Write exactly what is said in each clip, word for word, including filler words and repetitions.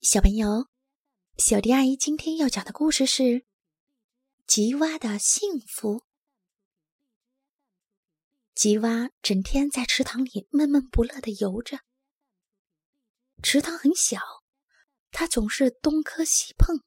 小朋友，小迪阿姨今天要讲的故事是《吉蛙的幸福》。吉蛙整天在池塘里闷闷不乐地游着。池塘很小，它总是东磕西碰。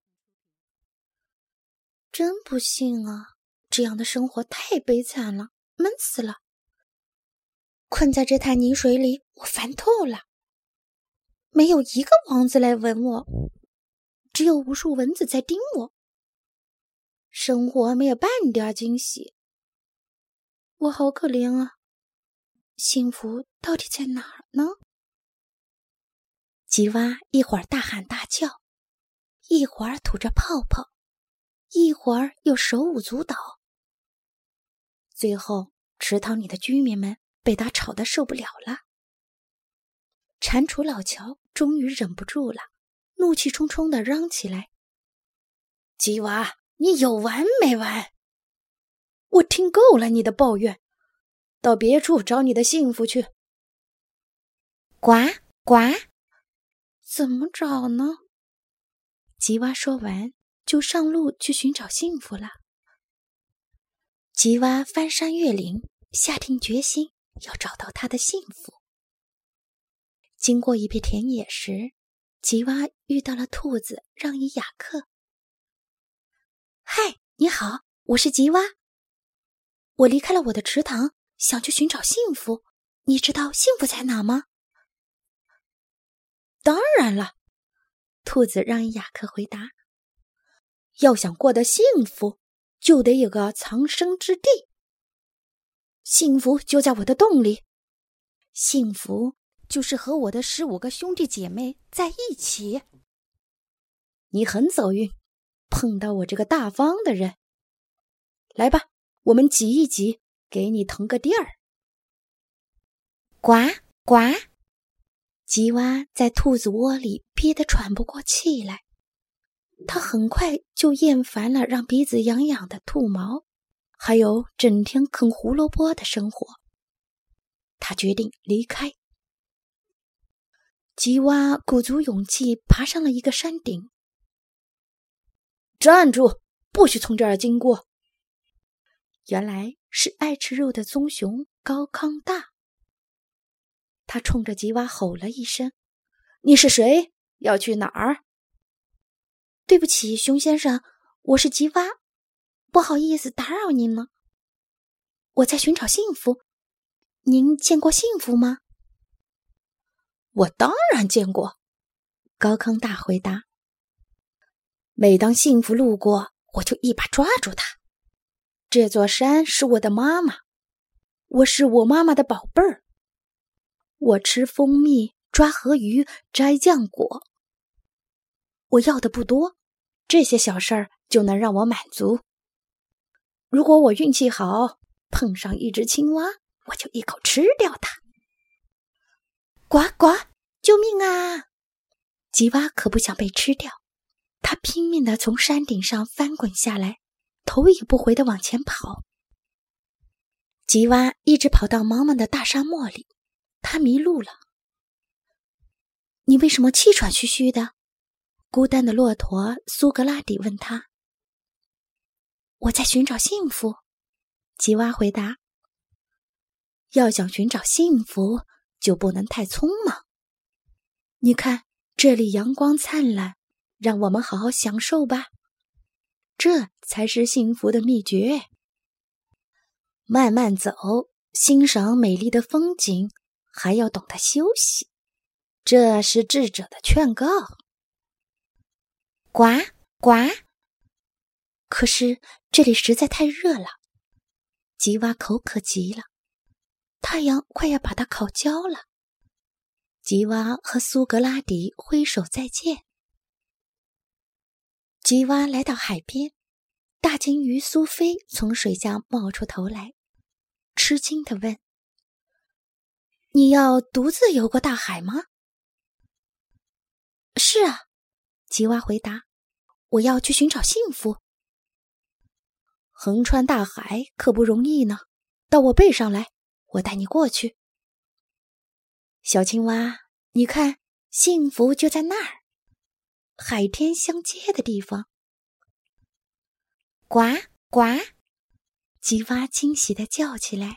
真不幸啊，这样的生活太悲惨了，闷死了。困在这滩泥水里，我烦透了。没有一个王子来吻我，只有无数蚊子在叮我。生活没有半点惊喜，我好可怜啊！幸福到底在哪儿呢？吉蛙一会儿大喊大叫，一会儿吐着泡泡，一会儿又手舞足蹈。最后，池塘里的居民们被他吵得受不了了。蟾蜍老乔终于忍不住了，怒气冲冲地嚷起来：吉蛙，你有完没完？我听够了你的抱怨，到别处找你的幸福去。呱呱，怎么找呢？吉蛙说完就上路去寻找幸福了。吉蛙翻山越岭，下定决心要找到他的幸福。经过一片田野时，吉蛙遇到了兔子让伊雅克。嗨，你好，我是吉蛙。我离开了我的池塘，想去寻找幸福。你知道幸福在哪吗？当然了，兔子让伊雅克回答。要想过得幸福，就得有个藏身之地。幸福就在我的洞里。幸福就是和我的十五个兄弟姐妹在一起。你很走运，碰到我这个大方的人。来吧，我们挤一挤，给你腾个地儿。呱呱，吉蛙在兔子窝里憋得喘不过气来。他很快就厌烦了让鼻子痒痒的兔毛，还有整天啃胡萝卜的生活。他决定离开。吉蛙鼓足勇气爬上了一个山顶。站住，不许从这儿经过。原来是爱吃肉的棕熊高康大。他冲着吉蛙吼了一声：你是谁？要去哪儿？对不起，熊先生，我是吉蛙，不好意思打扰您了。我在寻找幸福，您见过幸福吗？我当然见过，高康大回答。每当幸福路过，我就一把抓住它。这座山是我的妈妈，我是我妈妈的宝贝儿。我吃蜂蜜，抓河鱼，摘浆果。我要的不多，这些小事儿就能让我满足。如果我运气好，碰上一只青蛙，我就一口吃掉它。呱呱，救命啊！吉蛙可不想被吃掉，他拼命地从山顶上翻滚下来，头也不回地往前跑。吉蛙一直跑到茫茫的大沙漠里，他迷路了。你为什么气喘吁吁的？孤单的骆驼苏格拉底问他。我在寻找幸福，吉蛙回答。要想寻找幸福，就不能太匆忙。你看，这里阳光灿烂，让我们好好享受吧。这才是幸福的秘诀。慢慢走，欣赏美丽的风景，还要懂得休息。这是智者的劝告。呱呱！可是这里实在太热了，吉蛙口渴极了，太阳快要把它烤焦了。吉蛙和苏格拉底挥手再见。吉蛙来到海边，大金鱼苏菲从水下冒出头来，吃惊地问：你要独自游过大海吗？是啊，吉蛙回答，我要去寻找幸福。横穿大海可不容易呢，到我背上来，我带你过去。小青蛙，你看，幸福就在那儿。 海天相接的地方。呱呱，吉娃惊喜地叫起来。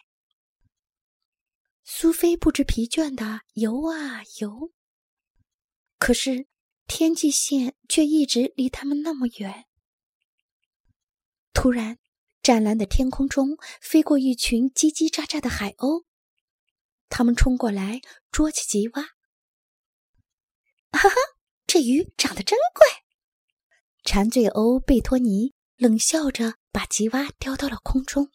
苏菲不知疲倦地游啊游，可是天际线却一直离他们那么远。突然，湛蓝的天空中飞过一群叽叽喳喳的海鸥，他们冲过来捉起吉娃。哈哈，这鱼长得真怪！馋嘴鸥贝托尼冷笑着把吉娃叼到了空中。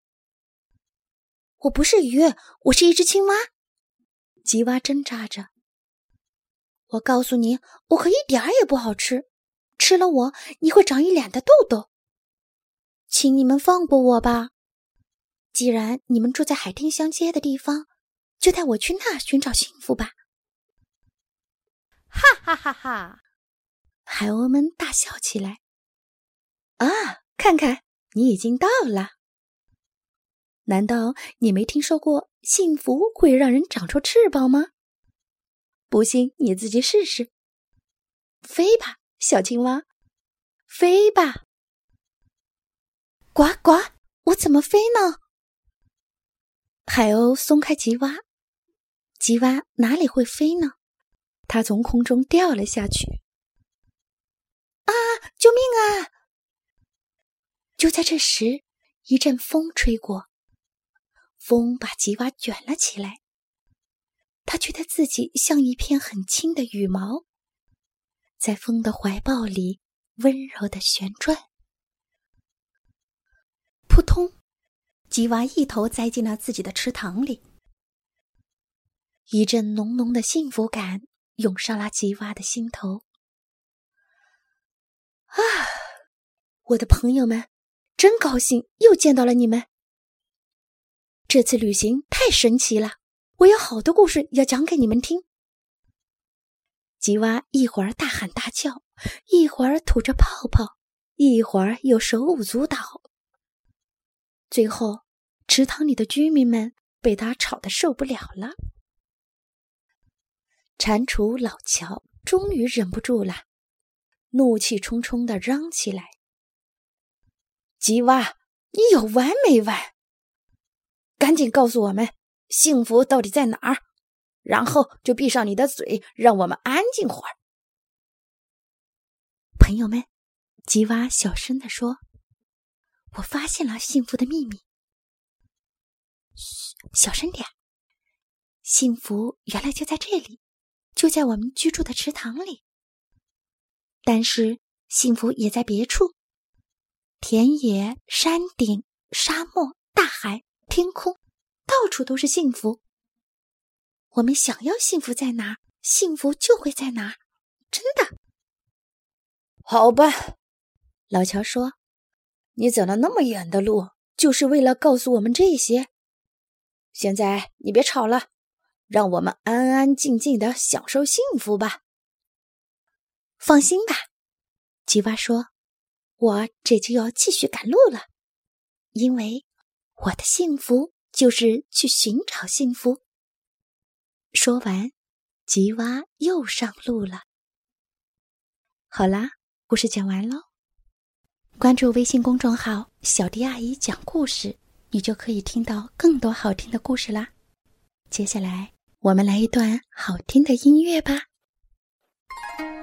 我不是鱼，我是一只青蛙。吉娃挣扎着。我告诉你，我可一点儿也不好吃，吃了我你会长一脸的痘痘。请你们放过我吧，既然你们住在海天相接的地方，就带我去那寻找幸福吧。 哈哈哈哈！ 海鸥们大笑起来。啊，看看，你已经到了。难道你没听说过幸福会让人长出翅膀吗？不信你自己试试。飞吧，小青蛙，飞吧。呱呱，我怎么飞呢？海鸥松开吉娃，吉娃哪里会飞呢？它从空中掉了下去。啊，救命啊！就在这时，一阵风吹过，风把吉娃卷了起来。他觉得自己像一片很轻的羽毛，在风的怀抱里温柔地旋转。扑通，吉娃一头栽进了自己的池塘里。一阵浓浓的幸福感涌上了吉娃的心头。啊，我的朋友们，真高兴又见到了你们。这次旅行太神奇了，我有好多故事要讲给你们听。吉娃一会儿大喊大叫，一会儿吐着泡泡，一会儿又手舞足蹈。最后，池塘里的居民们被他吵得受不了了。蟾蜍老乔终于忍不住了，怒气冲冲地嚷起来：吉娃，你有完没完？赶紧告诉我们，幸福到底在哪儿？然后就闭上你的嘴，让我们安静会儿。朋友们，吉娃小声地说：我发现了幸福的秘密。嘘，小声点。幸福原来就在这里，就在我们居住的池塘里。但是幸福也在别处，田野、山顶、沙漠、大海、天空，到处都是幸福。我们想要幸福在哪，幸福就会在哪，真的。好吧，老乔说，你走了那么远的路，就是为了告诉我们这些？现在你别吵了，让我们安安静静地享受幸福吧。放心吧，吉娃说，我这就要继续赶路了，因为我的幸福就是去寻找幸福。说完，吉娃又上路了。好啦，故事讲完喽。关注微信公众号小迪阿姨讲故事，你就可以听到更多好听的故事啦。接下来我们来一段好听的音乐吧。